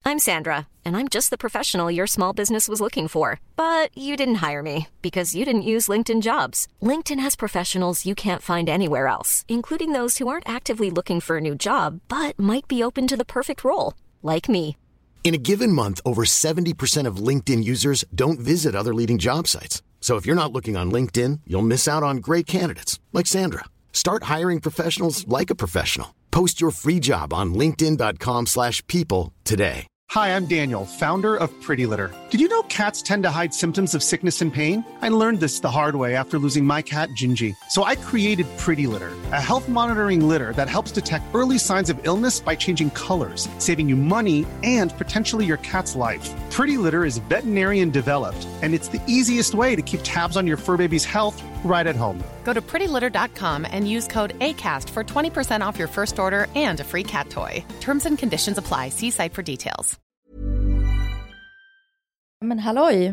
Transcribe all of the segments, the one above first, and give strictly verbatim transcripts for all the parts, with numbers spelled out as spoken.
I'm Sandra, and I'm just the professional your small business was looking for. But you didn't hire me because you didn't use LinkedIn Jobs. LinkedIn has professionals you can't find anywhere else, including those who aren't actively looking for a new job, but might be open to the perfect role, like me. In a given month, over seventy percent of LinkedIn users don't visit other leading job sites. So if you're not looking on LinkedIn, you'll miss out on great candidates like Sandra. Start hiring professionals like a professional. Post your free job on linkedin dot com slash people today. Hi, I'm Daniel, founder of Pretty Litter. Did you know cats tend to hide symptoms of sickness and pain? I learned this the hard way after losing my cat, Gingy. So I created Pretty Litter, a health monitoring litter that helps detect early signs of illness by changing colors, saving you money and potentially your cat's life. Pretty Litter is veterinarian developed, and it's the easiest way to keep tabs on your fur baby's health right at home. Go to pretty litter dot com and use code ACAST for twenty percent off your first order and a free cat toy. Terms and conditions apply. See site for details. Men halloj.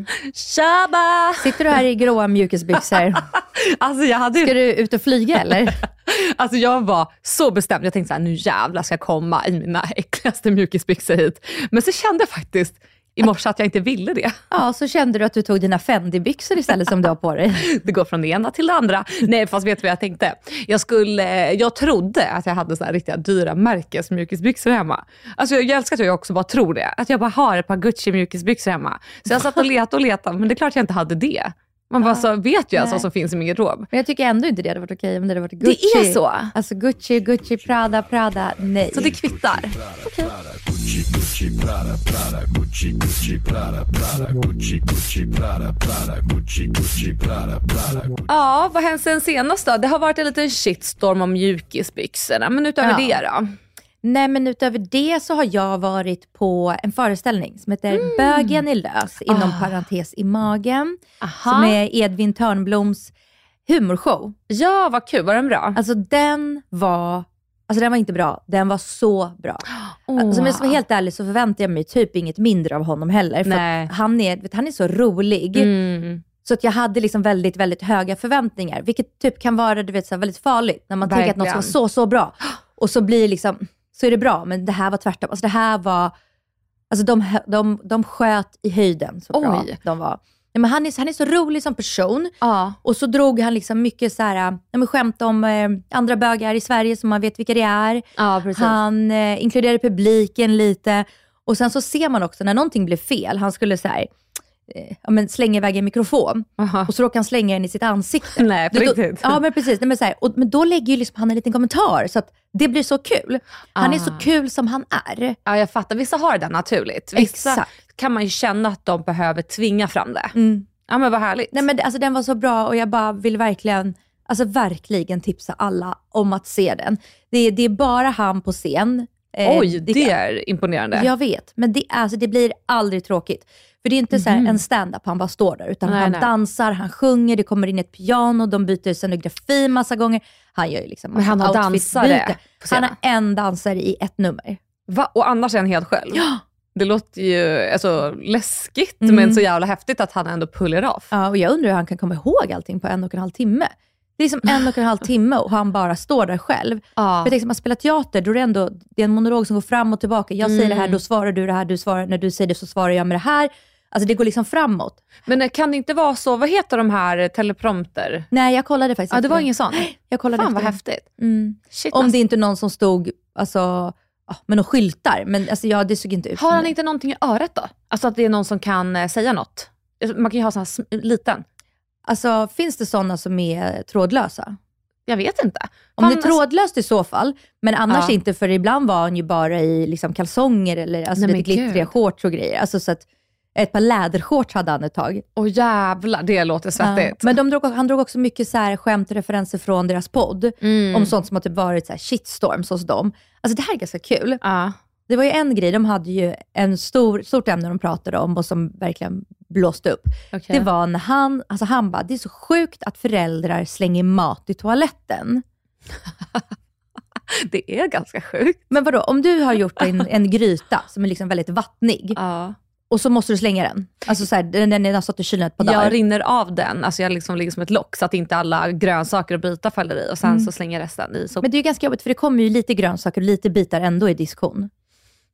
Tjaba! Sitter du här i gråa mjukisbyxor? Alltså jag hade... Ska du ut och flyga eller? Alltså jag var så bestämd. Jag tänkte så här, nu jävlar ska jag komma i mina äckligaste mjukisbyxor hit. Men så kände jag faktiskt i morse att jag inte ville det. Ja, så kände du att du tog dina Fendi-byxor istället som du har på dig. Det går från det ena till det andra. Nej, fast vet du vad jag tänkte? Jag skulle, jag trodde att jag hade så här riktiga dyra märkes mjukisbyxor hemma. Alltså jag, jag älskar att jag också bara tror det. Att jag bara har ett par Gucci mjukisbyxor hemma. Så jag satt och letade och letade, men det är klart jag inte hade det. Man bara så vet ju alltså vad som finns i min garderob. Men jag tycker ändå inte det hade varit okej om det hade varit Gucci. Det är så? Alltså Gucci, Gucci, Prada, Prada, nej. Så det kvittar. Okej. Gucci, Gucci, Prada, Prada, Gucci, Gucci, Prada, Prada, Gucci, Gucci, Prada, Prada, Gucci, Gucci, Prada, Prada. Ja, vad hänt sen senast då? Det har varit en liten shitstorm om mjukisbyxorna. Men utöver Ja. det då? Nej, men utöver det så har jag varit på en föreställning som heter mm. Bögen är lös, inom Ah. parentes i magen. Aha. Som är Edvin Törnbloms humorshow. Ja, vad kul. Var den bra? Alltså den var, alltså den var inte bra. Den var så bra. Oh. Alltså, om jag ska vara helt ärlig så förväntar jag mig typ inget mindre av honom heller. För Nej. att han, är, vet, han är så rolig. Mm. Så att jag hade liksom väldigt, väldigt höga förväntningar. Vilket typ kan vara, du vet, så här, väldigt farligt. När man tänker att något ska vara så, så bra. Och så blir liksom, så är det bra. Men det här var tvärtom. Alltså det här var, alltså de, de, de sköt i höjden så bra de var. Ja, men han, är, han är så rolig som person. Ja. Och så drog han liksom mycket så här, ja, men skämt om eh, andra bögar i Sverige som man vet vilka det är. Ja, precis. Han eh, inkluderade publiken lite. Och sen så ser man också när någonting blev fel. Han skulle så här, eh, ja, men slänga iväg en mikrofon. Aha. Och så råkade han slänga den i sitt ansikte. Nej, på då, riktigt. Ja, men precis. Nej, men, så här, och, men då lägger ju liksom han en liten kommentar. Så att det blir så kul. Han Ah. är så kul som han är. Ja, jag fattar. Vissa har det naturligt. Vissa Exakt. kan man ju känna att de behöver tvinga fram det. Mm. Ja, men vad härligt. Nej, men det- alltså, den var så bra och jag bara vill verkligen, alltså verkligen tipsa alla om att se den. Det, det är bara han på scen. Eh, Oj, det är imponerande. Jag vet, men det, alltså, det blir aldrig tråkigt. För det är inte så här en stand-up han bara står där. Utan Nej, han nej. dansar, han sjunger, det kommer in ett piano, de byter scenografi massa gånger. Han gör ju liksom Men han har massa dansare outfitbyte. på scenen. Han har en dansare i ett nummer. Va? Och annars är han helt själv. Ja. Det låter ju alltså, läskigt, Mm. men så jävla häftigt att han ändå puller av. Ja, och jag undrar hur han kan komma ihåg allting på en och en halv timme. Det är som en och en halv timme och han bara står där själv. Ja. För jag tänker, man spelar teater, då är det ändå det är en monolog som går fram och tillbaka. Jag säger det här, då svarar du det här, du svarar, när du säger det så svarar jag med det här. Alltså det går liksom framåt. Men kan det inte vara så, vad heter de här teleprompter? Nej, jag kollade faktiskt Ja, det efter var ingen sån. Jag kollade Fan vad efter det. häftigt. Mm. Shit, Om alltså. det inte är någon som stod, alltså, ja, med några skyltar. Men alltså, ja, det såg inte ut Har som han det. inte någonting i örat då? Alltså att det är någon som kan eh, säga något. Man kan ju ha sån här sm- liten. Alltså, finns det sådana som är trådlösa? Jag vet inte. Om Fan, det är trådlöst i så fall, men annars Ja. inte, för ibland var han ju bara i liksom kalsonger eller alltså, Nej, men lite glittriga gud. shorts och grejer. Alltså, så att ett par lädershorts hade han ett tag. Åh jävlar, det låter svettigt. Ja. Men de drog, han drog också mycket så här skämt och referenser från deras podd. Mm. Om sånt som har typ varit så här shitstorms hos dem. Alltså det här är ganska kul. Ja. Det var ju en grej, de hade ju en stor, stort ämne de pratade om och som verkligen blåste upp. Okej. Det var när han, alltså han bara, det är så sjukt att föräldrar slänger mat i toaletten. Det är ganska sjukt. Men vadå, om du har gjort en, en gryta som är liksom väldigt vattnig Ja. och så måste du slänga den. Alltså så här, den, den har stått i kylen ett par dagar. Jag rinner av den, alltså jag liksom ligger som ett lock så att inte alla grönsaker och bitar faller i och sen så slänger jag resten i. Så... Men det är ju ganska jobbigt för det kommer ju lite grönsaker och lite bitar ändå i diskhon.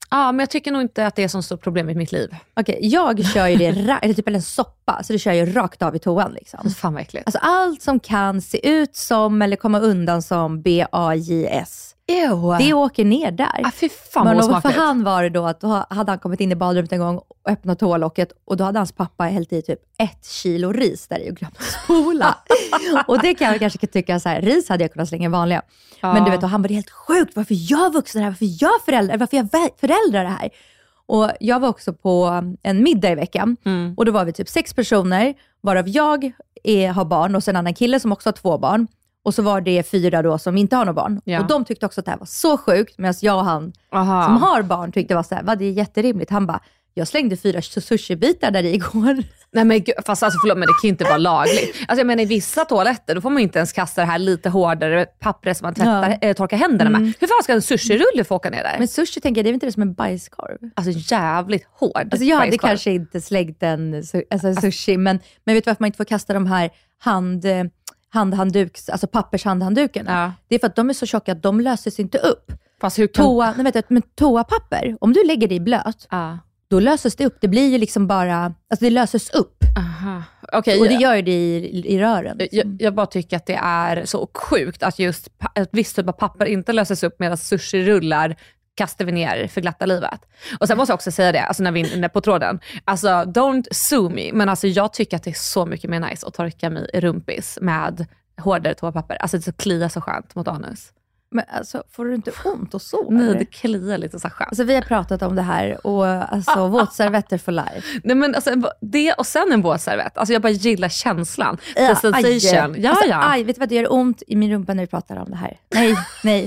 Ja, men jag tycker nog inte att det är så stort problem i mitt liv. Okej, okay, jag kör ju det, ra- eller typ en soppa, så det kör jag ju rakt av i toan liksom. Alltså, fan vad äckligt. Alltså allt som kan se ut som eller komma undan som B A J S. Ew. Det åker ner där. Ah, fy fan vad osmakligt. För han var det då att då hade han kommit in i badrummet en gång och öppnat toalocket och då hade hans pappa hällt i typ ett kilo ris där i och glömt spola. Och det kan jag kanske tycka så här, ris hade jag kunnat slänga vanliga. Ja. Men du vet, och han var det helt sjukt. Varför jag vuxen här? Varför jag föräldrar? Varför jag föräldrar det här? Och jag var också på en middag i veckan. Mm. Och då var vi typ sex personer, varav jag är, har barn och sen en annan kille som också har två barn. Och så var det fyra då som inte har några barn. Ja. Och de tyckte också att det här var så sjukt. Medan jag och han Aha. som har barn tyckte det var så här, vad det är jätterimligt. Han bara, jag slängde fyra sushibitar där igår. Nej men gud, fast alltså förlåt, men det kan ju inte vara lagligt. Alltså jag menar i vissa toaletter, då får man inte ens kasta det här lite hårdare pappret som man tvättar, ja. äh, torkar händerna mm. med. Hur fan ska en sushirulle få åka ner där? Men sushi tänker jag, det är inte det som en bajskorv? Alltså jävligt hård Alltså jag hade kanske inte slängt en alltså, sushi, men, men vet du varför man inte får kasta de här hand... handhandduks, alltså pappershandhandduken. Ja. Det är för att de är så tjocka att de löses inte upp. Fast hur kan... Toa, nej, vet du, men toapapper, om du lägger det i blöt, ja. då löses det upp. Det blir ju liksom bara, alltså det löses upp. Aha. Okay, och det gör det i, i rören. Jag, jag bara tycker att det är så sjukt att just ett visst typ av papper inte löses upp medan sushi-rullar kastar vi ner för glatta livet. Och sen måste jag också säga det, alltså när vi är inne på tråden. Alltså, don't sue me. Men alltså jag tycker att det är så mycket mer nice att torka mig i rumpis med hårdare toapapper. Alltså det så kliar så skönt mot anus. Men alltså, får du inte ont och så? Nej, eller? Det kliar lite så skönt. Alltså vi har pratat om det här och alltså ah, våtservetter for life. Nej men alltså det och sen en våtservett. Alltså jag bara gillar känslan. Ja, the sensation. Ja, alltså, ja. Aj, vet du vad, det gör ont i min rumpa när vi pratar om det här. Nej, nej.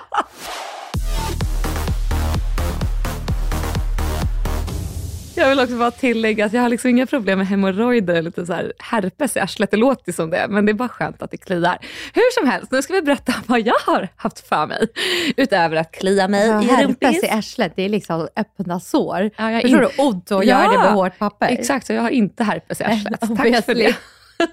Jag vill också bara tillägga att jag har liksom inga problem med hemorrojder eller lite så här herpes i arslet. Det låter som det, men det är bara skönt att det kliar. Hur som helst, nu ska vi berätta vad jag har haft för mig. Utöver att klia mig ja, i herpes rumpis. Herpes i arslet, det är liksom öppna sår. Ja, jag Förstår in... du ont och ja, gör det med hårt papper? Exakt, så jag har inte herpes i arslet. Tack för det.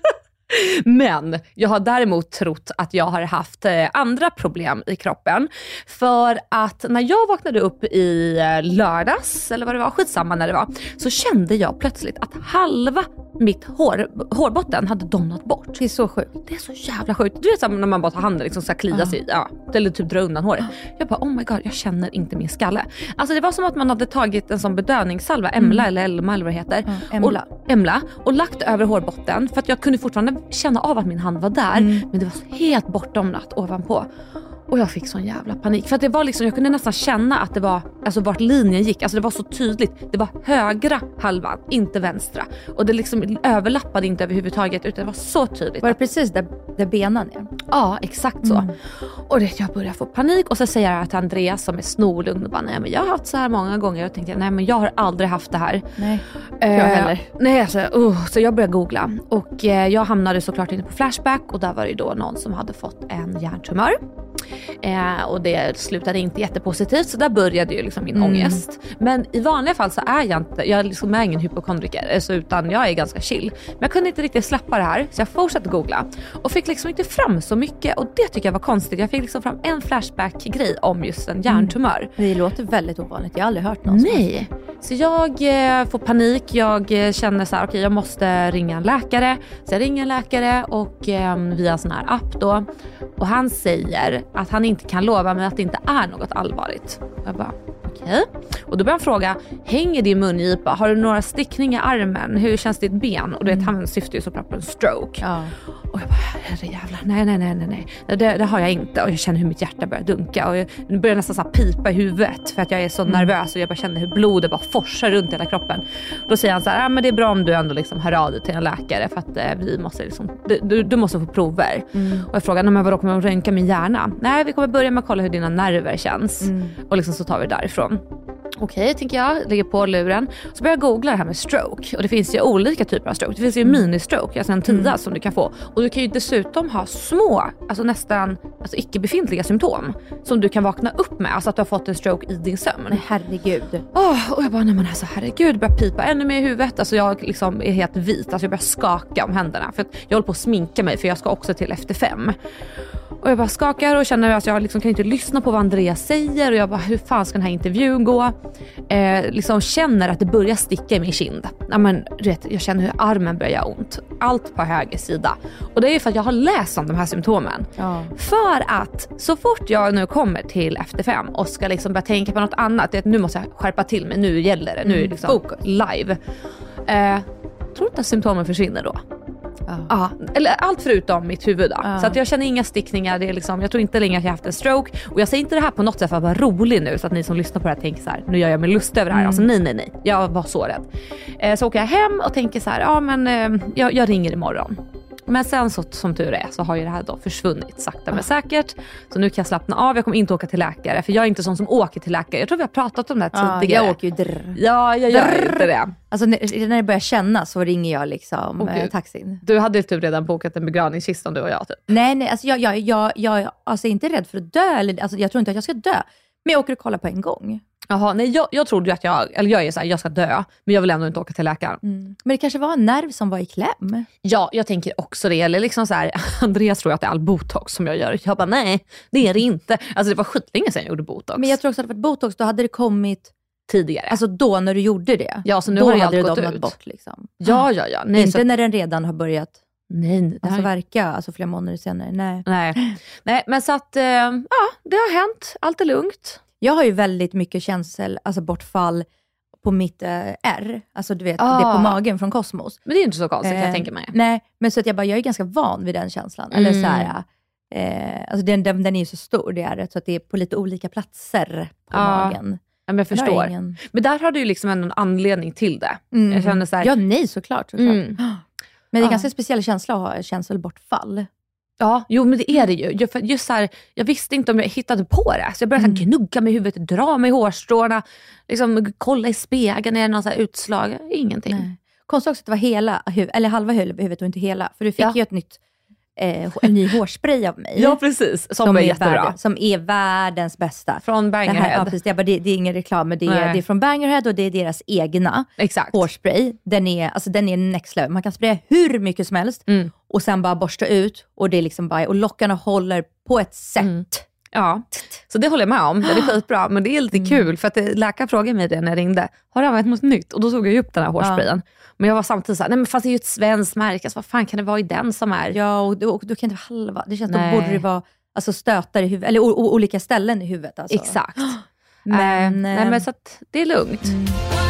Men jag har däremot trott att jag har haft eh, andra problem i kroppen. För att när jag vaknade upp i eh, lördags, eller vad det var, skitsamma när det var, så kände jag plötsligt att halva mitt hår, hårbotten hade domnat bort. Det är så sjukt. Det är så jävla sjukt. Du vet när man bara tar handen liksom så kliar uh. sig, ja, eller typ dra undan håret. Uh. Jag bara, oh my god, jag känner inte min skalle. Alltså det var som att man hade tagit en sån bedövningssalva, Emla mm. eller Elma eller vad det heter. Uh, Emla. Och, Emla. Och lagt över hårbotten för att jag kunde fortfarande känna av att min hand var där, mm. men det var så helt bortdomnat ovanpå. Och jag fick sån jävla panik. För att det var liksom, jag kunde nästan känna att det var, alltså vart linjen gick. Alltså det var så tydligt. Det var högra halvan, inte vänstra. Och det liksom överlappade inte överhuvudtaget, utan det var så tydligt. Var det precis där, där benen är? Ja, exakt så. Mm. Och det, jag började få panik. Och så säger jag till Andreas som är snorlugn och bara, nej men jag har haft så här många gånger. Och tänkte, nej men jag har aldrig haft det här. Nej, uh, jag heller. Nej, alltså, uh, så jag började googla. Och uh, jag hamnade såklart inne på Flashback. Och där var det då någon som hade fått en hjärntumör. Eh, och det slutade inte jättepositivt, så där började ju liksom min mm. ångest. Men i vanliga fall så är jag inte, jag liksom är ingen hypokondriker, så utan jag är ganska chill. Men jag kunde inte riktigt släppa det här, så jag fortsatte googla och fick liksom inte fram så mycket, och det tycker jag var konstigt. Jag fick liksom fram en Flashback-grej om just en hjärntumör. Mm. Det låter väldigt ovanligt, jag har aldrig hört någon. Nej, så jag eh, får panik. Jag eh, känner så här, okej okay, jag måste ringa en läkare. Så jag ringer en läkare och eh, via en sån här app då. Och han säger att han inte kan lova mig att det inte är något allvarligt. Jag bara, okej. Okay. Och då börjar han fråga, hänger din mungipa? Har du några stickningar i armen? Hur känns ditt ben? Och du vet, han syftar ju såklart på en stroke. Ja. Och jag bara, herrejävlar, nej, nej, nej, nej, nej. Det, det har jag inte. Och jag känner hur mitt hjärta börjar dunka. Och jag börjar nästan så här pipa i huvudet för att jag är så mm. nervös. Och jag bara känner hur blodet bara forsar runt hela kroppen. Då säger han så här, ah, men det är bra om du ändå liksom hör av dig till en läkare. För att eh, vi måste liksom, du, du måste få prover. Mm. Och jag frågar, men vadå, kommer de röntga min hjärna? Nej, vi kommer börja med att kolla hur dina nerver känns. Mm. Och liksom så tar vi därifrån. Okej, okay, tänker jag. Lägger på luren. Så börjar jag googla det här med stroke. Och det finns ju olika typer av stroke. Det finns ju mm. mini-stroke, alltså en tia mm. som du kan få. Och du kan ju dessutom ha små, alltså nästan alltså icke-befintliga symptom som du kan vakna upp med. Alltså att du har fått en stroke i din sömn. Men herregud. Oh, och jag bara, nej men alltså herregud. Börjar pipa ännu mer i huvudet. Alltså jag liksom är helt vit. Alltså jag börjar skaka om händerna. För att jag håller på att sminka mig, för jag ska också till efter fem. Och jag bara skakar och känner att jag liksom kan inte lyssna på vad Andreas säger. Och jag bara, hur fan ska den här intervjun gå? Eh, liksom känner att det börjar sticka i min kind. Ja, men, vet, jag känner hur armen börjar göra ont. Allt på höger sida. Och det är för att jag har läst om de här symptomen. Ja. För att så fort jag nu kommer till efter fem och ska liksom börja tänka på något annat. Det, nu måste jag skärpa till mig, nu gäller det. Nu är det liksom mm. live. Eh, tror inte att symptomen försvinner då. Ja. Ja, eller allt förutom mitt huvud då. Ja. Så att jag känner inga stickningar. Det är liksom, jag tror inte längre att jag haft en stroke. Och jag säger inte det här på något sätt för att vara rolig nu. Så att ni som lyssnar på det här tänker så här, nu gör jag mig lust över det här. Mm. Alltså nej, nej, nej. Jag var så rädd. eh, Så åker jag hem och tänker så här, ja men eh, jag, jag ringer imorgon. Men sen så, som tur är så har ju det här då försvunnit sakta men säkert. Så nu kan jag slappna av. Jag kommer inte åka till läkare. För jag är inte sån som åker till läkare. Jag tror vi har pratat om det här tidigare. Ja, jag åker ju drr. Ja, jag gör drr. inte det. Alltså när, när det börjar känna så ringer jag liksom oh, eh, taxin. Du hade ju typ redan bokat en begravningskista om du och jag typ. Nej, nej. Alltså jag, jag, jag, jag alltså, är inte rädd för att dö. Eller, alltså, jag tror inte att jag ska dö. Men jag åker och kollar på en gång. Jaha, nej jag, jag trodde ju att jag, eller jag är så här, jag ska dö. Men jag vill ändå inte åka till läkaren. Mm. Men det kanske var en nerv som var i kläm. Ja, jag tänker också det. Eller liksom så här, Andreas tror att det är all botox som jag gör. Jag bara, nej, det är det inte. Alltså det var skitlänge sedan jag gjorde botox. Men jag tror också att det var botox, då hade det kommit tidigare. Alltså då när du gjorde det. Ja, så nu då har det hade gått det ut. Bort liksom. Ja, ja, ja. Nej, inte så... när den redan har börjat nej, alltså verka, alltså flera månader senare. Nej. Nej. Nej, men så att, eh, ja, det har hänt. Allt är lugnt. Jag har ju väldigt mycket känsel, alltså bortfall på mitt eh, R. Alltså du vet, ah. det på magen från Kosmos. Men det är inte så konstigt, eh, jag tänker mig. Nej, men så att jag bara, jag är ganska van vid den känslan. Mm. Eller så här, eh, alltså den, den, den är ju så stor, det är så att det är på lite olika platser på ah. magen. Ja, men jag förstår. Ingen... Men där har du ju liksom en anledning till det. Mm. Jag känner så här... Ja, nej, såklart. såklart. Mm. Men det är ah. ganska en speciell känsla att ha känselbortfall. Ja, jo men det är det ju. Jag, just så här, jag visste inte om jag hittade på det. Så jag började mm. så här, gnugga mig i huvudet, dra mig i hårstråna. Liksom kolla i spegeln, är det någon så här utslag? Ingenting. Nej. Konstigt också att det var hela, eller halva huvudet och inte hela. För du fick ja. ju ett nytt, eh, en ny hårspray av mig. Ja, precis. Som, som är jättebra. Värld, som är världens bästa. Från Bangerhead. Det, här, ja, precis, det, är bara, det, det är ingen reklam, men det är, det är från Bangerhead och det är deras egna Exakt. hårspray. Den är, alltså, den är next level. Man kan spraya hur mycket som helst mm. och sen bara borsta ut. Och, det är liksom bara, och lockarna håller på ett sätt. Mm. Ja, så det håller jag med om. Det är skitbra, men det är lite mm. kul. För att läkaren frågade mig det när jag ringde. Har du använt något nytt? Och då tog jag upp den här hårsprayen. Ja. Men jag var samtidigt så här, nej men fast det är ju ett svenskt märke. Så vad fan kan det vara i den som är? Ja, och då, och då kan det vara halva. Det känns att då borde det vara alltså, stötar i huvudet. Eller o, o, olika ställen i huvudet. Alltså. Exakt. Men, äh, nej men så att det är lugnt. Mm.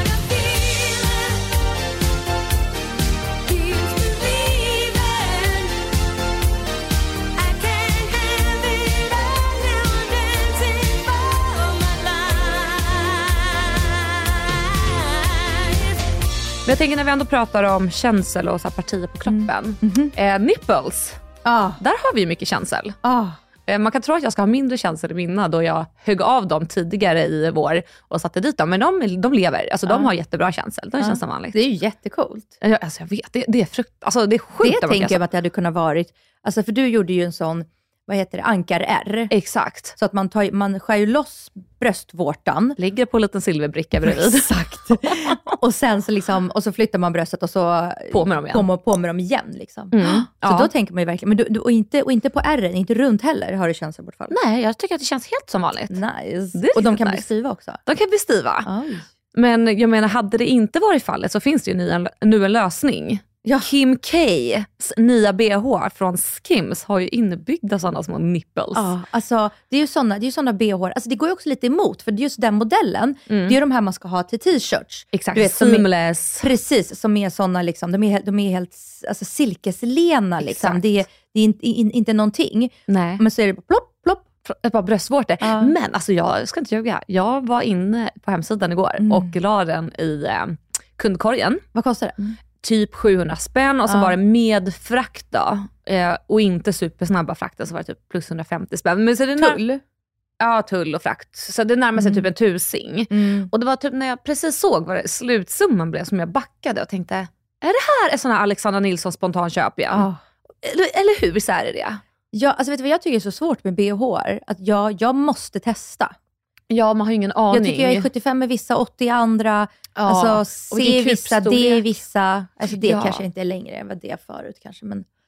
Men jag tänker när vi ändå pratar om känsel och så här partier på kroppen. Mm. Mm-hmm. Eh, nipples. Ah. Där har vi ju mycket känsel. Ah. Eh, man kan tro att jag ska ha mindre känsel i mina då jag högg av dem tidigare i vår och satte dit dem. Men de, de lever. Alltså ah. de har jättebra känsel. De ah. känns som vanligt. Det är ju jättekult. Eh, alltså jag vet. Det, det är frukt. Alltså det är sjukt. Det tänker jag att det hade kunnat varit. Alltså för du gjorde ju en sån, vad heter det, ankar-R. Exakt. Så att man, tar, man skär ju loss bröstvårtan. Ligger på en liten silverbricka bredvid. Exakt. och sen så liksom, och så flyttar man bröstet och så på med dem igen. På, på med dem igen liksom. Mm. Så ja. då tänker man ju verkligen, men du, du, och, inte, och inte på ärren, inte runt heller har du känselbortfall. Nej, jag tycker att det känns helt som vanligt. Nice. Och de kan nice. bli stiva också. De kan bli stiva. Oj. Men jag menar, hade det inte varit fallet så finns det ju nu, nu en lösning. Ja. Kim K's nya B H från Skims har ju inbyggda sådana små nipples. Ja, alltså det är ju sådana, det är ju sådana B H. Alltså det går ju också lite emot, för det är just den modellen. Mm. Det är ju de här man ska ha till t-shirts. Exakt, du vet, seamless. Är, precis, som är sådana liksom, de är, de är helt alltså, silkeslena liksom. Det är, det är inte, in, inte någonting. Nej. Men så är det plopp, plopp. Ett par bröstvårtor. Ja. Men alltså jag ska inte ljuga. Jag var inne på hemsidan igår mm. och la den i eh, kundkorgen. Vad kostar det? Mm. Typ sjuhundra spänn och så ja. var det med frakt då. Eh, och inte supersnabba frakter så var det typ plus hundrafemtio spänn. Men så det tull? När... Ja, tull och frakt. Så det närmar sig mm. typ en tusing. Mm. Och det var typ när jag precis såg vad det, slutsumman blev som jag backade och tänkte, är det här en sån här Alexandra Nilsson spontanköp igen? Ja. Eller, eller hur så är det det? Ja, alltså vet du vad jag tycker är så svårt med B H? Att jag, jag måste testa. Ja, man har ju ingen aning. Jag tycker jag är sjuttiofem med vissa, åttio i andra. Ja. Alltså C vissa, D vissa. Alltså det ja. kanske inte är längre än vad det är förut kanske. Men...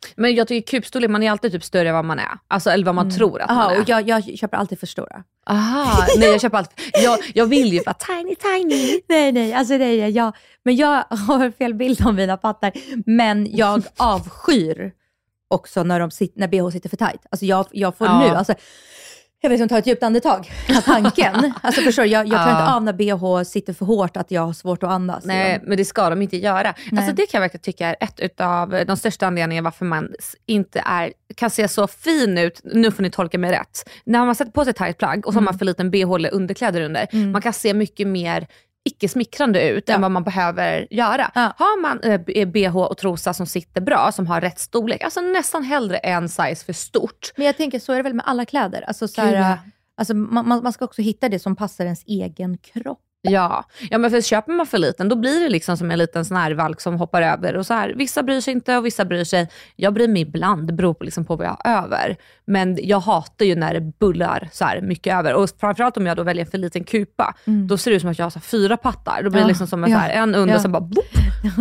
Men jag tycker kupstorlek, man är alltid typ större än vad man är. Alltså, eller vad man mm. tror att Aha, man är. Och jag, jag köper alltid för stora. Aha, nej jag köper alltid. Jag, jag vill ju vara tiny, tiny. Nej, nej, alltså nej, jag, men jag har fel bild om mina pattar. Men jag avskyr också när, de sit, när B H sitter för tajt. Alltså jag, jag får ja. nu, alltså, jag vet inte, ta ett djupt andetag. Tanken. Alltså förstår jag, jag tar ja. inte av när B H sitter för hårt att jag har svårt att andas. Nej, men det ska de inte göra. Nej. Alltså det kan jag verkligen tycka är ett av de största anledningarna varför man inte är, kan se så fin ut. Nu får ni tolka mig rätt. När man sätter på sig tajt plagg och så mm. har man för liten B H eller underkläder under. Mm. Man kan se mycket mer icke-smickrande ut ja. än vad man behöver göra. Ja. Har man eh, B H och trosa som sitter bra, som har rätt storlek, alltså nästan hellre en size för stort. Men jag tänker, så är det väl med alla kläder. Alltså, så här, alltså, man, man ska också hitta det som passar ens egen kropp. Ja, ja men för köper man för liten, då blir det liksom som en liten sån här valk som hoppar över. Och så här, vissa bryr sig inte och vissa bryr sig. Jag bryr mig ibland, det beror på, liksom på vad jag har över. Men jag hatar ju när det bullar så här mycket över. Och framförallt om jag då väljer en för liten kupa, mm. då ser det ut som att jag har så här fyra pattar. Då blir det ja, liksom som en, ja, så här, en under ja. som bara boop,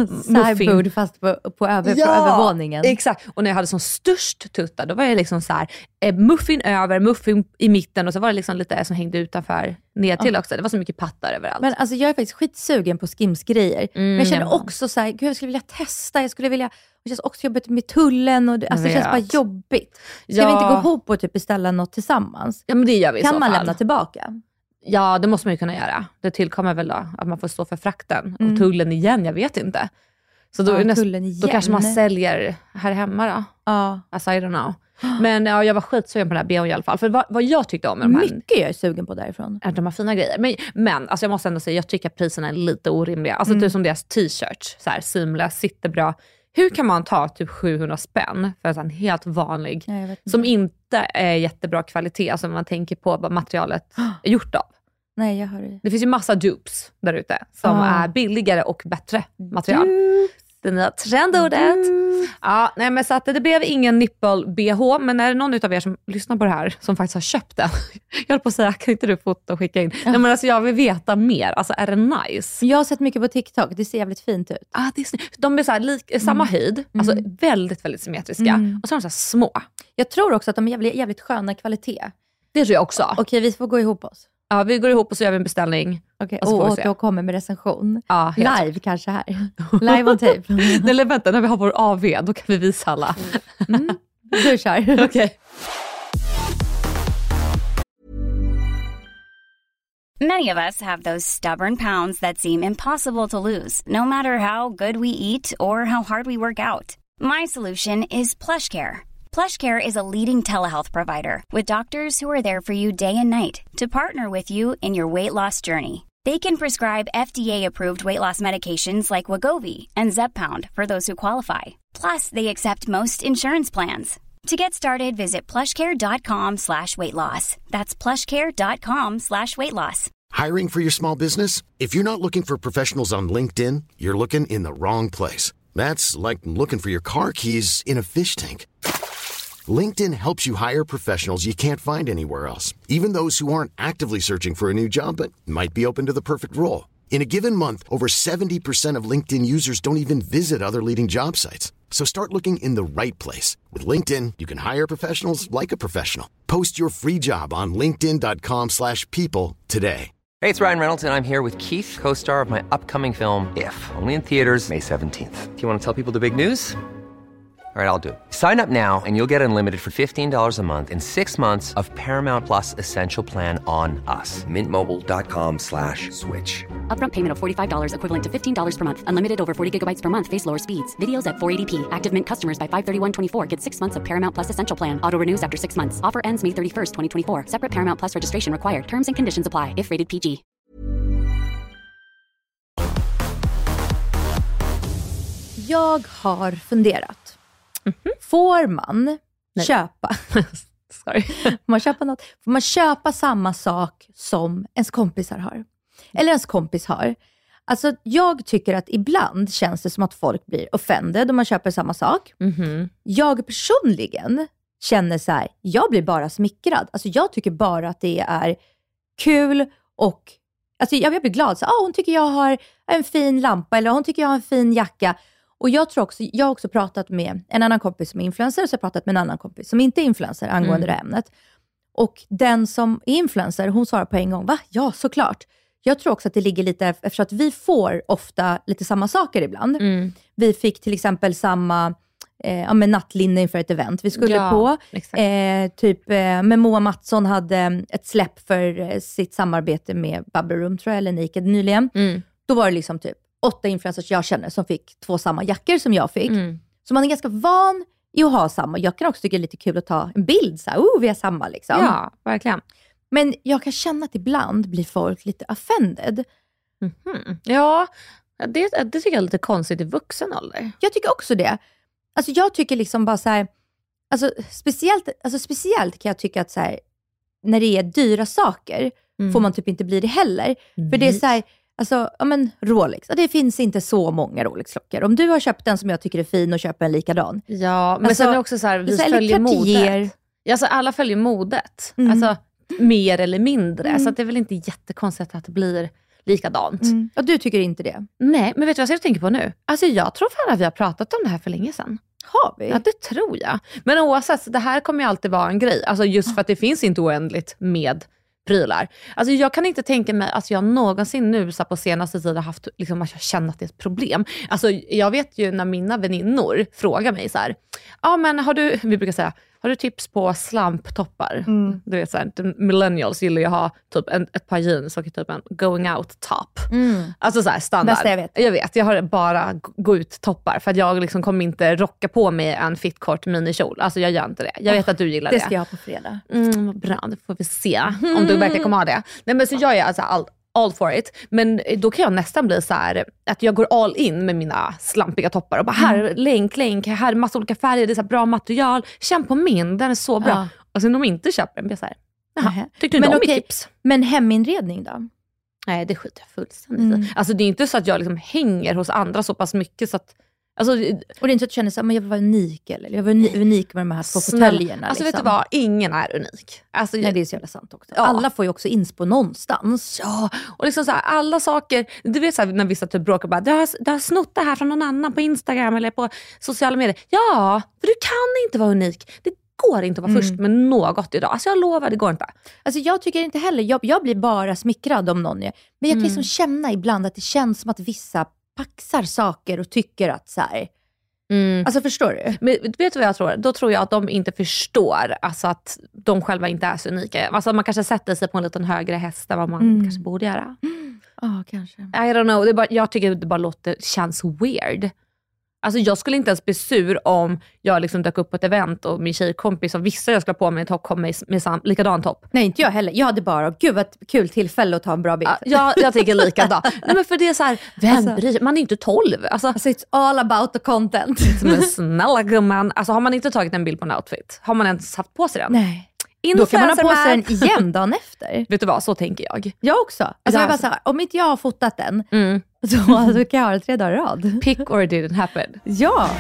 muffin fast på, på, över, ja, på övervåningen. Exakt, och när jag hade som störst tuttar, då var jag liksom så här eh, muffin över, muffin i mitten, och så var det liksom lite som hängde utanför ner till också. Det var så mycket pattar överallt. Men alltså jag är faktiskt skitsugen på Skims-grejer. Mm, men jag känner ja. också så här, gud jag skulle vilja testa. Jag skulle vilja, det känns också jobbigt med tullen. Och det, alltså det känns bara jobbigt. Ska ja. vi inte gå ihop och typ beställa något tillsammans? Ja men det gör vi. Kan i så man fall lämna tillbaka? Ja, det måste man ju kunna göra. Det tillkommer väl då att man får stå för frakten. Mm. Och tullen igen, jag vet inte. Så då, ja, näst, igen. då kanske man säljer här hemma då. Ja. Alltså, I don't know. Men ja, jag var skitsugen på den här B H i alla fall. För vad, vad jag tyckte om med de här... Mycket jag är sugen på därifrån. De har fina grejer. Men, men alltså jag måste ändå säga, jag tycker att priserna är lite orimliga. Alltså mm. typ som deras t-shirts. Så här, seamless, sitter bra. Hur kan man ta typ sjuhundra spänn för en helt vanlig, inte. som inte är jättebra kvalitet, alltså om man tänker på vad materialet är gjort av? Nej, jag hör det. Det finns ju massa dupes där ute som ah. är billigare och bättre material. Dupes. Det nya trendordet. Ja, nej men så att det blev ingen nipple-B H, men är det någon utav er som lyssnar på det här som faktiskt har köpt den? Jag höll på att säga, kan inte du fota och skicka in? Ja. Nej men alltså jag vill veta mer. Alltså är det nice? Jag har sett mycket på TikTok, det ser jävligt fint ut. Ah, det är snyggt. De är så här lik, mm. samma höjd, alltså mm. väldigt, väldigt symmetriska. Mm. Och så är de så här små. Jag tror också att de är jävligt, jävligt sköna kvalitet. Det tror jag också. Okej, vi får gå ihop oss. Ja, vi går ihop och så gör vi en beställning. Okej, och, och, och då kommer med recension. Ja, live så. Kanske här. Live on tape. Nej, vänta, när vi har vår A V, då kan vi visa alla. Mm. Du kör. Okej. Okay. Many of us have those stubborn pounds that seem impossible to lose, no matter how good we eat or how hard we work out. My solution is PlushCare. PlushCare is a leading telehealth provider with doctors who are there for you day and night to partner with you in your weight loss journey. They can prescribe F D A-approved weight loss medications like Wegovy and Zepbound for those who qualify. Plus, they accept most insurance plans. To get started, visit plushcare.com slash weight loss. That's plushcare.com slash weight loss. Hiring for your small business? If you're not looking for professionals on LinkedIn, you're looking in the wrong place. That's like looking for your car keys in a fish tank. LinkedIn helps you hire professionals you can't find anywhere else, even those who aren't actively searching for a new job but might be open to the perfect role. In a given month, over seventy percent of LinkedIn users don't even visit other leading job sites. So start looking in the right place. With LinkedIn, you can hire professionals like a professional. Post your free job on linkedin dot com slash people today. Hey, it's Ryan Reynolds, and I'm here with Keith, co-star of my upcoming film, If, only in theaters May seventeenth. Do you want to tell people the big news? All right, I'll do it. Sign up now and you'll get unlimited for fifteen dollars a month and six months of Paramount Plus Essential Plan on us. Mint Mobile dot com slash switch. Upfront payment of forty-five dollars equivalent to fifteen dollars per month. Unlimited over forty gigabytes per month. Face lower speeds. Videos at four eighty p. Active Mint customers by five thirty-one twenty-four get six months of Paramount Plus Essential Plan. Auto renews after six months. Offer ends May thirty-first, twenty twenty-four. Separate Paramount Plus registration required. Terms and conditions apply if rated P G. Jag har funderat. Mm-hmm. Får man Nej. köpa Sorry. Får man köpa något? Får man köpa samma sak som ens kompisar har? Eller ens kompis har? Alltså jag tycker att ibland känns det som att folk blir offended om man köper samma sak. Mm-hmm. Jag personligen känner så här, jag blir bara smickrad. Alltså jag tycker bara att det är kul och alltså jag blir glad. Så, ah, hon tycker jag har en fin lampa eller hon tycker jag har en fin jacka. Och jag tror också, jag har också pratat med en annan kompis som är influencer, och så har jag pratat med en annan kompis som inte är influencer angående mm. det här ämnet. Och den som är influencer, hon svarar på en gång, va? Ja, såklart. Jag tror också att det ligger lite, eftersom att vi får ofta lite samma saker ibland. Mm. Vi fick till exempel samma eh, ja, med nattlinne inför ett event vi skulle ja, på. Eh, typ, eh, med Moa Mattsson hade ett släpp för eh, sitt samarbete med Bubble Room, tror jag, eller Naked nyligen. Mm. Då var det liksom typ åtta influencers jag känner som fick två samma jackor som jag fick. Mm. Så man är ganska van i att ha samma. Jag kan också tycka det är lite kul att ta en bild. Så här, oh, vi har samma liksom. Ja, verkligen. Men jag kan känna att ibland blir folk lite offended. Mm-hmm. Ja, det, det tycker jag är lite konstigt i vuxen ålder. Jag tycker också det. Alltså jag tycker liksom bara så här, alltså speciellt, alltså speciellt kan jag tycka att så här, när det är dyra saker mm. får man typ inte bli det heller. Mm. För det är så här, alltså, ja men Rolex, det finns inte så många Rolex-klockor. Om du har köpt den som jag tycker är fin och köper en likadan. Ja, men alltså, sen är det också så här, vi så här, följer modet. Alltså alla följer modet. Mm. Alltså mer eller mindre. Mm. Så att det är väl inte jättekonstigt att det blir likadant. Mm. Och du tycker inte det? Nej, men vet du vad jag tänker på nu? Alltså jag tror fan att vi har pratat om det här för länge sedan. Har vi? Ja, det tror jag. Men oavsett, det här kommer ju alltid vara en grej. Alltså just för att det finns inte oändligt med prylar. Alltså jag kan inte tänka mig att jag någonsin nu så på senaste tiden haft liksom att jag känner att det är ett problem. Alltså jag vet ju när mina väninnor frågar mig så här, ja men har du, vi brukar säga, har du tips på slamptoppar? Mm. Du vet så här, millennials gillar ju att ha typ en, ett par jeans och typ en going out top. Mm. Alltså så här standard. Bästa jag vet. Jag vet, jag har bara gå ut toppar för att jag liksom kommer inte rocka på mig en fitkort minikjol. Alltså jag gör inte det. Jag vet oh, att du gillar det. Det ska jag ha på fredag. Mm, bra, det får vi se mm. om du verkligen kommer ha det. Nej men så jag är alltså all, all for it. Men då kan jag nästan bli så här att jag går all in med mina slampiga toppar och bara här, mm. länk, länk, här massa olika färger, det är så bra material. Känn på min, den är så bra. Ja. Och sen om de inte köper den blir jag så här, jaha, tyckte du inte om mitt tips? Men heminredning då? Nej, det skiter jag fullständigt mm. Alltså det är inte så att jag liksom hänger hos andra så pass mycket så att alltså, och det är inte så att du känner så att jag vill vara unik eller jag var unik med de här två fåtöljerna. Alltså liksom. Vet du vad, ingen är unik. Alltså, nej, det är så jävla sant också. Ja. Alla får ju också inspo någonstans. Ja, och liksom så här, alla saker, du vet så här, när vissa typ bråkar bara, du har, du har snott det här från någon annan på Instagram eller på sociala medier. Ja, för du kan inte vara unik. Det går inte att vara mm. först med något idag. Alltså jag lovar, det går inte. Alltså jag tycker inte heller, jag, jag blir bara smickrad om någon. Men jag kan mm. liksom känna ibland att det känns som att vissa paxar saker och tycker att så här. Mm. Alltså förstår du? Men vet du vad jag tror? Då tror jag att de inte förstår alltså att de själva inte är så unika. Alltså man kanske sätter sig på en liten högre häst än vad man mm. kanske borde göra. Ja, oh, kanske. I don't know. Det bara, jag tycker att det bara låter, känns weird. Alltså jag skulle inte ens bli sur om jag liksom dök upp på ett event och min tjejkompis och visste att jag skulle ha på mig en topp kom med, med sam, likadan topp. Nej, inte jag heller. Jag hade bara, gud vad kul tillfälle att ta en bra bild. Ja, jag tycker likadant. Nej men för det är så här, vem alltså, bryr, man är inte tolv. Alltså, alltså it's all about the content. Men snälla gumman, alltså har man inte tagit en bild på en outfit, har man ens haft på sig den? Nej. Då kan man ha på sig den igen dagen efter. Vet du vad, så tänker jag. Jag också. Alltså jag bara så här, om inte jag har fotat den mm. så, så kan jag ha det tre dagar i rad. Pick or it didn't happen. Ja.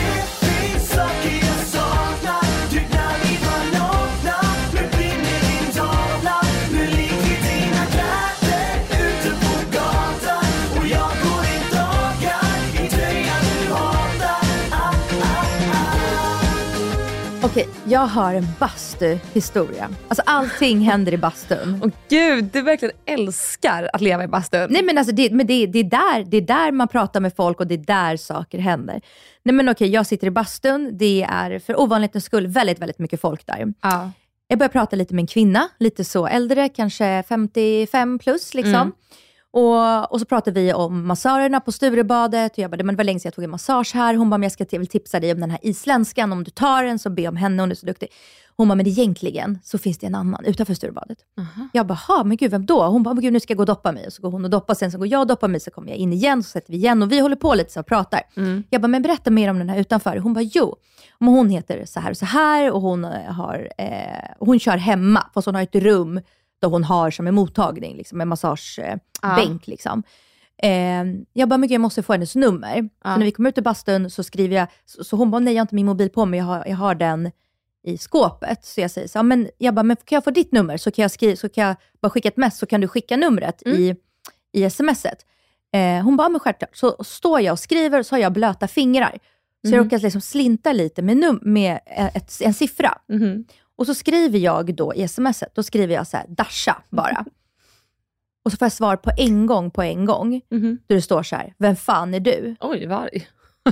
Okej, jag har en bastuhistoria. Alltså allting händer i bastun. Åh gud, du verkligen älskar att leva i bastun. Nej men alltså det, men det, det, är där, det är där man pratar med folk och det är där saker händer. Nej men okej, jag sitter i bastun. Det är för ovanlighetens skull väldigt, väldigt mycket folk där. Ja. Jag börjar prata lite med en kvinna, lite så äldre, kanske femtiofem plus liksom. Mm. Och, och så pratade vi om massörerna på Sturebadet. Och jag bara, men det var länge sedan jag tog en massage här. Hon bara, men jag ska till, tipsa dig om den här isländskan. Om du tar den så be om henne, hon är så duktig. Hon bara, men egentligen så finns det en annan utanför Sturebadet. Uh-huh. Jag bara, men gud, vem då? Hon bara, men gud, nu ska jag gå och doppa mig. Och så går hon och doppar, sen så går jag och doppar mig. Så kommer jag in igen, så sätter vi igen. Och vi håller på lite så och pratar. Mm. Jag bara, men berätta mer om den här utanför. Hon bara, jo. Men hon heter så här och så här. Och hon, har, eh, hon kör hemma. Fast hon har ett rum då hon har som en mottagning, liksom, en massagebänk. Ja. Liksom. Eh, jag bara, men jag måste få hennes nummer. Ja. Så när vi kommer ut i bastun så skriver jag, så, så hon bara, nej jag har inte min mobil på mig, jag har, jag har den i skåpet. Så jag säger så, men jag bara, men kan jag få ditt nummer? Så kan jag, skriva, så kan jag bara skicka ett mess, så kan du skicka numret mm. i, i smset. Eh, hon bara, men självklart. Så står jag och skriver och så har jag blöta fingrar. Så mm. jag råkar liksom slinta lite med, num- med ett, en siffra. Mm. Och så skriver jag då i smset, då skriver jag så här, Dasha bara. Mm. Och så får jag svar på en gång på en gång. Mm. Där det står så här, vem fan är du? Oj, varg.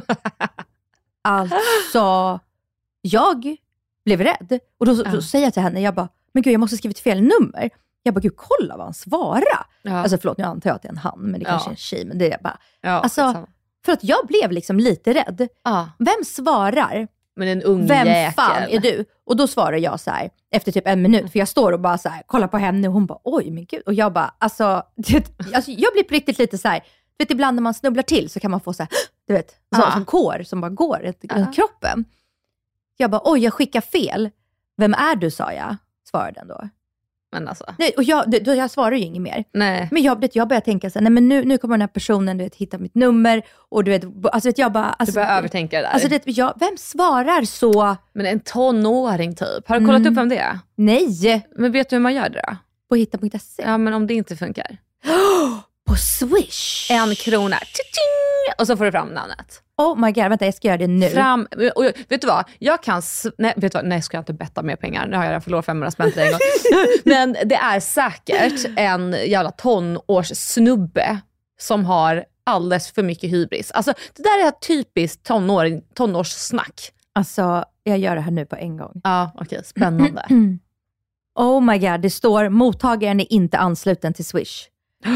Alltså, jag blev rädd. Och då, då, då säger jag till henne, jag bara, men gud jag måste skriva ett fel nummer. Jag bara, gud kolla vad han svarar. Ja. Alltså förlåt, nu antar jag att det är en han, men det kanske ja. är en tjej. Men det är bara, ja, alltså, för att jag blev liksom lite rädd. Ja. Vem svarar? Men en ung Vem jäkel. fan är du? Och då svarar jag så här, efter typ en minut. För jag står och bara så här, kollar på henne och hon bara, oj men gud. Och jag bara, alltså, det, alltså jag blir på riktigt lite så här, du vet ibland när man snubblar till så kan man få så här, du vet, så, Ja. som kår som bara går i Ja. kroppen. Jag bara, oj jag skickar fel. Vem är du, sa jag. Svarade den då. Men alltså. Nej, och jag, då, jag svarar ju inget mer. Nej. Men jag, jag börjar tänka så här, nej men nu, nu kommer den här personen du vet, hitta mitt nummer. Och du vet, alltså vet jag bara. Alltså, du börjar övertänka det där. Alltså, det, jag, vem svarar så? Men en tonåring typ. Har du kollat Mm. upp vem det är? Nej. Men vet du hur man gör det då? På hitta punkt se. Ja, men om det inte funkar. På Swish. En krona. Tjing! Och så får du fram namnet. Oh my god, vänta jag ska göra det nu. Fram, och jag, vet du vad? Jag kan, s- nej, vet du vad? Nej, ska jag inte betta mer pengar. Nu har jag redan förlorat femhundra spänn till en gång. Men det är säkert en jävla tonårssnubbe som har alldeles för mycket hybris. Alltså, det där är typiskt tonår, tonårssnack. Alltså, jag gör det här nu på en gång. Ja, okej. Okay, spännande. Oh my god, det står mottagaren är inte ansluten till Swish.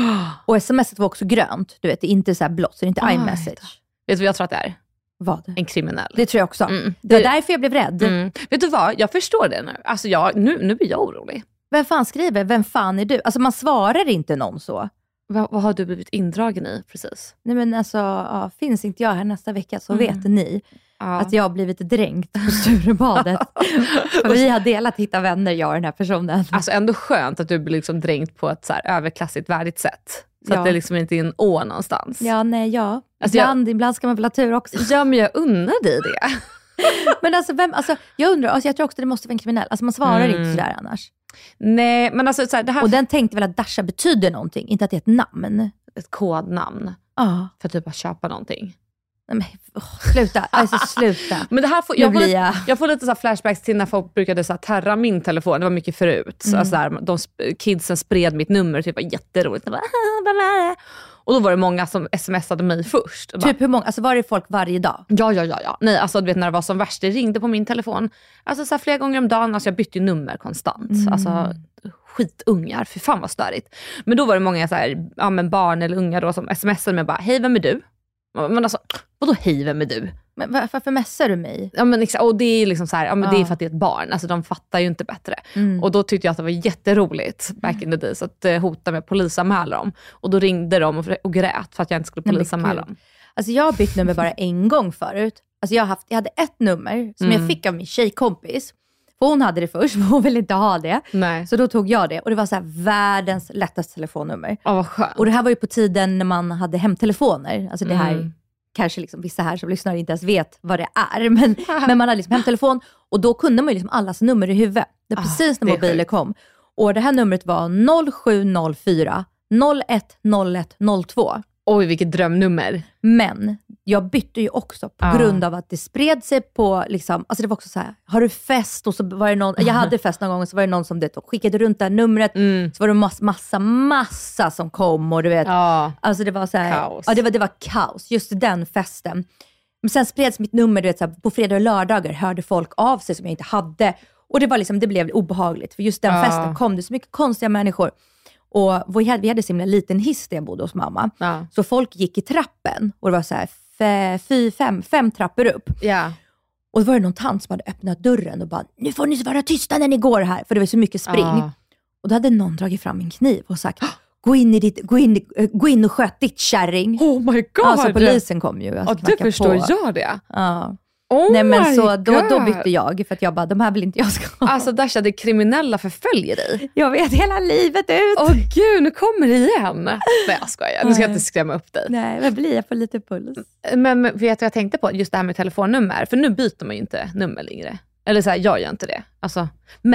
Och smset var också grönt. Du vet, det är inte så här blått, så det är inte Oj, iMessage. Vet du vad jag tror att det är? Vad? En kriminell. Det tror jag också. Mm. Det var Det- därför jag blev rädd. Mm. Vet du vad? Jag förstår det nu. Alltså jag, nu, nu blir jag orolig. Vem fan skriver? Vem fan är du? Alltså man svarar inte någon så. Va, vad har du blivit indragen i precis? Nej men alltså, ja, finns inte jag här nästa vecka så Mm. vet ni Ja. att jag har blivit dränkt på Sturebadet. För vi har delat hitta vänner, jag och den här personen. Alltså ändå skönt att du blir liksom dränkt på ett så här överklassigt värdigt sätt. Så Ja. att det liksom inte är en å någonstans. Ja, nej, ja. Alltså, ibland, ibland ska man väl ha tur också. Ja, men jag unnar dig det. Men alltså, vem, alltså jag undrar, alltså, jag tror också det måste vara en kriminell. Alltså man svarar Mm. inte sådär annars. Nej, men alltså så här, det här Och den tänkte väl att Dasha betyder någonting, inte att det är ett namn. ett kodnamn Ja. för typ att köpa någonting. Nej, men, åh, sluta, alltså sluta. Men det här får, Nu jag, får blir lite, jag- jag får lite så här flashbacks till när folk brukade så här terra min telefon. Det var mycket förut. Mm. Alltså så här, de sp- kidsen spred mitt nummer. Typ, det var jätteroligt. Jag bara, "Ah, vem är det?" Och då var det många som smsade mig först. Och bara, Typ hur många, alltså var det folk varje dag? Ja, ja, ja, ja. Nej, alltså du vet när det var som värst, det ringde på min telefon. Alltså så här, flera gånger om dagen, alltså jag bytte ju nummer konstant. Mm. Alltså skitungar, för fan vad störigt. Men då var det många så här, ja, men barn eller unga då som smsade mig bara, hej vem är du? Men alltså, vadå hej vem är du? Men var- varför messar du mig? Ja, men exa- och det är liksom så här, ja, men det är Ja. för att det är ett barn. Alltså de fattar ju inte bättre. Mm. Och då tyckte jag att det var jätteroligt back in the days att eh, hota med att polisanmäla dem. Och då ringde de och, och grät för att jag inte skulle Nej, men polisanmäla gud. dem. Alltså jag har bytt nummer bara en gång förut. Alltså jag, har haft, jag hade ett nummer som Mm. jag fick av min tjejkompis. För hon hade det först, men hon ville inte ha det. Nej. Så då tog jag det. Och det var så här världens lättaste telefonnummer. Ja, vad skönt. Och det här var ju på tiden när man hade hemtelefoner. Alltså det här, Mm. kanske liksom vissa här som lyssnar inte ens vet vad det är. Men, men man hade liksom hemtelefon. Och då kunde man ju liksom allas nummer i huvudet. Det var Ah, precis när det är mobiler sjukt. kom. Och det här numret var noll sju noll fyra noll ett noll ett noll två. Oj, vilket drömnummer. Men jag bytte ju också på Ja. grund av att det spred sig på, liksom, alltså det var också så här, har du fest? Och så var det någon, jag hade fest någon gång och så var det någon som det, skickade runt det här numret. Mm. Så var det massa, massa, massa som kom och du vet. Ja. Alltså det var så här, Kaos. ja det var, det var kaos, just den festen. Men sen spreds mitt nummer, du vet, så här, på fredag och lördagar hörde folk av sig som jag inte hade. Och det var liksom, det blev obehagligt. För just den Ja. festen kom det så mycket konstiga människor. Och vi hade, vi hade så himla liten hiss där jag bodde hos mamma. Ja. Så folk gick i trappen och det var så här f- fy, fem, fem trappor upp. Ja. Och då var det någon tant som hade öppnat dörren och bara, nu får ni vara tysta när ni går här. För det var så mycket spring. Ja. Och då hade någon dragit fram en kniv och sagt, gå in, i ditt, gå in, eh, gå in och sköt ditt kärring. Oh my god. Ja, så polisen kom ju. Ja, och det knackade förstår på. jag det. Ja. Oh Nej men my så då, då God. bytte jag för att jag bara, de här vill inte jag ska ha. Alltså Dasha, det kriminella förföljer dig. Jag vet hela livet ut. Åh gud, nu kommer det igen. Nej jag skojar, nu ska jag inte skrämma upp dig. Nej, vad blir jag på lite puls? Men men vet du vad jag tänkte på? Just det här med telefonnummer. För nu byter man ju inte nummer längre. Eller så här, jag gör inte det. Alltså, men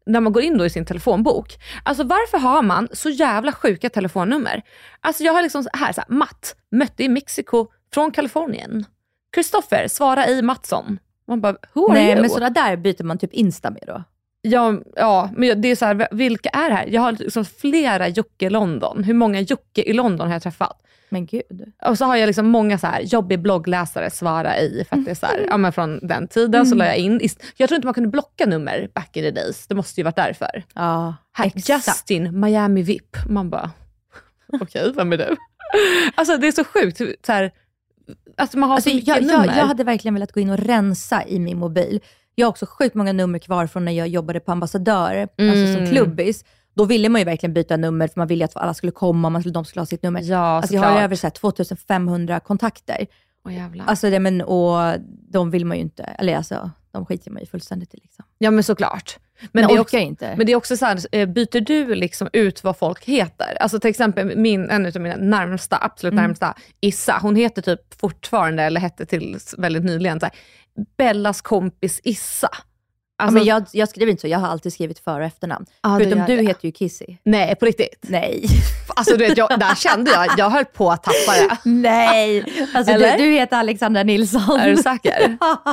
när man går in då i sin telefonbok. Alltså varför har man så jävla sjuka telefonnummer? Alltså jag har liksom här, så här Matt, mötte i Mexiko från Kalifornien. Kristoffer, svara i Mattsson. Man bara, who are Nej, you? men sådana där byter man typ Insta med då. Ja, ja, men det är så här, vilka är det här? Jag har liksom flera Jocke i London. Hur många Jocke i London har jag träffat? Men gud. Och så har jag liksom många så här jobbig bloggläsare svara i. För att det är så här, ja men från den tiden mm. så la jag in. Jag tror inte man kunde blocka nummer back in the days. Det måste ju varit därför. Ja, här, Justin, Miami V I P. Man bara, okej, okay, vem är du? Alltså det är så sjukt. Så här, alltså man har alltså, så mycket jag, nummer. jag, jag hade verkligen velat gå in och rensa i min mobil. Jag har också sjukt många nummer kvar från när jag jobbade på Ambassadör. Mm. Alltså som klubbis. Då ville man ju verkligen byta nummer för man ville att alla skulle komma, man skulle, de skulle ha sitt nummer. Ja, alltså jag har över så här, tvåtusen kontakter. Åh jävlar. Alltså det, men, och de vill man ju inte, eller alltså de skiter man ju fullständigt i liksom. Ja men såklart. Men jag det är orkar också, inte. Men det är också så här, byter du liksom ut vad folk heter? Alltså till exempel min, en av mina närmsta, absolut mm. närmsta, Issa, hon heter typ fortfarande, eller hette till väldigt nyligen, så här, Bellas kompis Issa. Alltså, ja, men jag, jag skriver inte så, jag har alltid skrivit för- och efternamn. Ah, Förutom du heter ju Kissy. Nej, på riktigt. Nej. Alltså du vet, jag, där kände jag, jag höll på att tappa det. Nej, alltså du, du heter Alexandra Nilsson. Är du säker?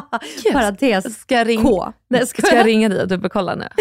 Parentes. Ska jag, ring, K. Nej, ska, ska jag ringa dig och dubbelkolla nu?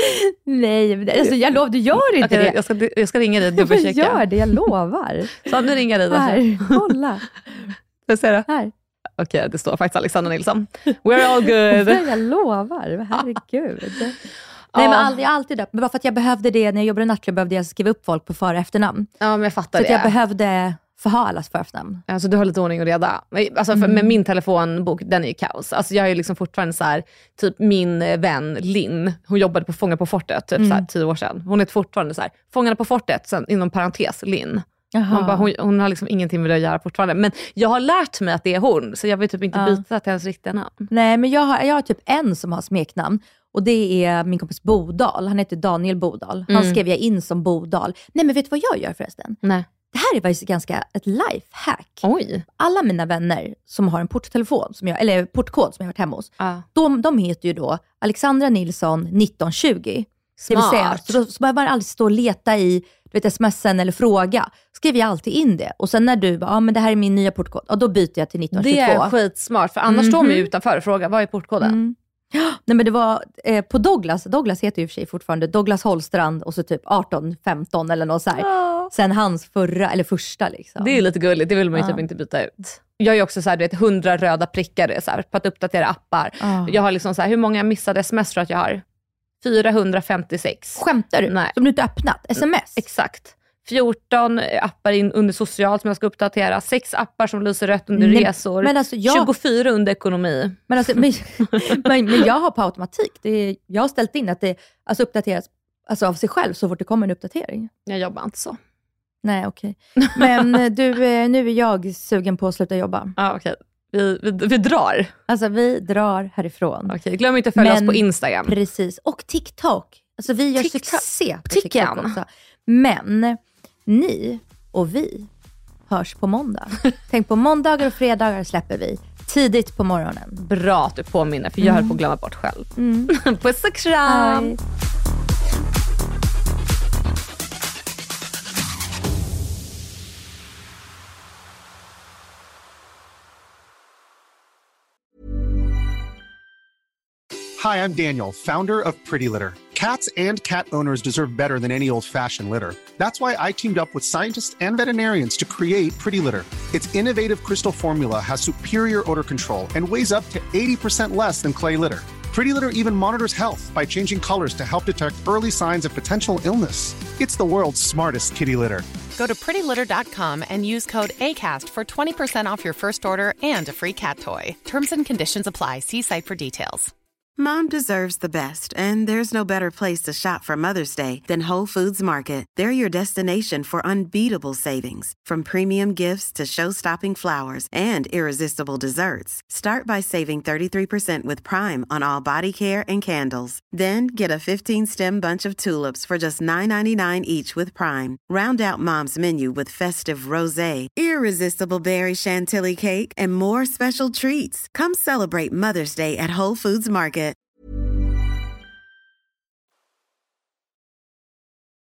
Nej, alltså jag lovar, du gör inte okay, det. Jag ska, jag ska ringa dig och dubbelchecka. Jag gör det, jag lovar. Så nu ringer dig då. Här, kolla. Vad säger du? Här. Okej, okay, det står faktiskt Alexandra Nilsson. We're all good. Jag lovar, herregud. Nej, men aldrig, alltid det. Men bara för att jag behövde det, när jag jobbade i nattklubb behövde jag skriva upp folk på för- och efternamn. Ja, men jag fattar så det. Så jag behövde förha allas för- och efternamn. Alltså du har lite ordning och reda. Alltså för, mm. med min telefonbok, den är ju kaos. Alltså jag är ju liksom fortfarande så här, typ min vän Linn, hon jobbade på Fångarna på fortet, typ mm. så här, tio år sedan. Hon är fortfarande så här, Fångarna på fortet, sen inom parentes, Linn. Man bara, hon, hon har liksom ingenting med det att göra fortfarande. Men jag har lärt mig att det är hon. Så jag vill typ inte ja. byta till hennes riktiga namn. Nej, men jag har, jag har typ en som har smeknamn. Och det är min kompis Bodal. Han heter Daniel Bodal. Han mm. skrev jag in som Bodal. Nej, men vet du vad jag gör förresten? Nej. Det här är faktiskt ganska ett lifehack. Oj. Alla mina vänner som har en porttelefon, som jag, eller portkod som jag har varit hemma hos. Ah. De, de heter ju då Alexandra Nilsson nitton tjugo. Smart. Det vill säga, så då så behöver man aldrig stå och leta i du vet, smsen eller fråga. Skriver jag alltid in det. Och sen när du bara, ja ah, men det här är min nya portkod. Och då byter jag till nitton tjugotvå. Det är skitsmart, för annars mm-hmm. står man ju utanför och frågar, vad är portkoden? Mm. Nej men det var eh, på Douglas, Douglas heter ju för sig fortfarande Douglas Holstrand och så typ arton femton eller något så här. Oh. Sen hans förra, eller första liksom. Det är lite gulligt, det vill man ju ja. typ inte byta ut. Jag är ju också så här, du vet, hundra röda prickar så här, på att uppdatera appar. Oh. Jag har liksom så här, hur många missade sms tror jag att jag har? fyrahundrafemtiosex. Skämtar du? Nej. Som du inte öppnat? Sms? Mm, exakt. fjorton appar in under socialt som jag ska uppdatera. sex appar som lyser rött under Nej, resor. Men alltså jag... tjugofyra under ekonomi. Men, alltså, men, men, men jag har på automatik. Det är, jag har ställt in att det alltså, uppdateras alltså, av sig själv så fort det kommer en uppdatering. Jag jobbar inte så. Nej, okej. Okay. Men du, nu är jag sugen på att sluta jobba. Ja, okej. Okay. Vi, vi, vi drar. Alltså vi drar härifrån. Okej, okay, glöm inte att följa Men, oss på Instagram. Precis, och TikTok. Alltså vi gör TikTok. succé på TikTok TikTok också. Men ni och vi hörs på måndag. Tänk på måndagar och fredagar släpper vi. Tidigt på morgonen. Bra att du påminner, för jag mm. höll på att glömma bort själv. Mm. Puss och kram! Hej. Hi, I'm Daniel, founder of Pretty Litter. Cats and cat owners deserve better than any old-fashioned litter. That's why I teamed up with scientists and veterinarians to create Pretty Litter. Its innovative crystal formula has superior odor control and weighs up to eighty percent less than clay litter. Pretty Litter even monitors health by changing colors to help detect early signs of potential illness. It's the world's smartest kitty litter. Go to pretty litter dot com and use code ACAST for twenty percent off your first order and a free cat toy. Terms and conditions apply. See site for details. Mom deserves the best, and there's no better place to shop for Mother's Day than Whole Foods Market. They're your destination for unbeatable savings, from premium gifts to show-stopping flowers and irresistible desserts. Start by saving thirty-three percent with Prime on all body care and candles. Then get a fifteen-stem bunch of tulips for just nine ninety-nine each with Prime. Round out Mom's menu with festive rosé, irresistible berry chantilly cake, and more special treats. Come celebrate Mother's Day at Whole Foods Market.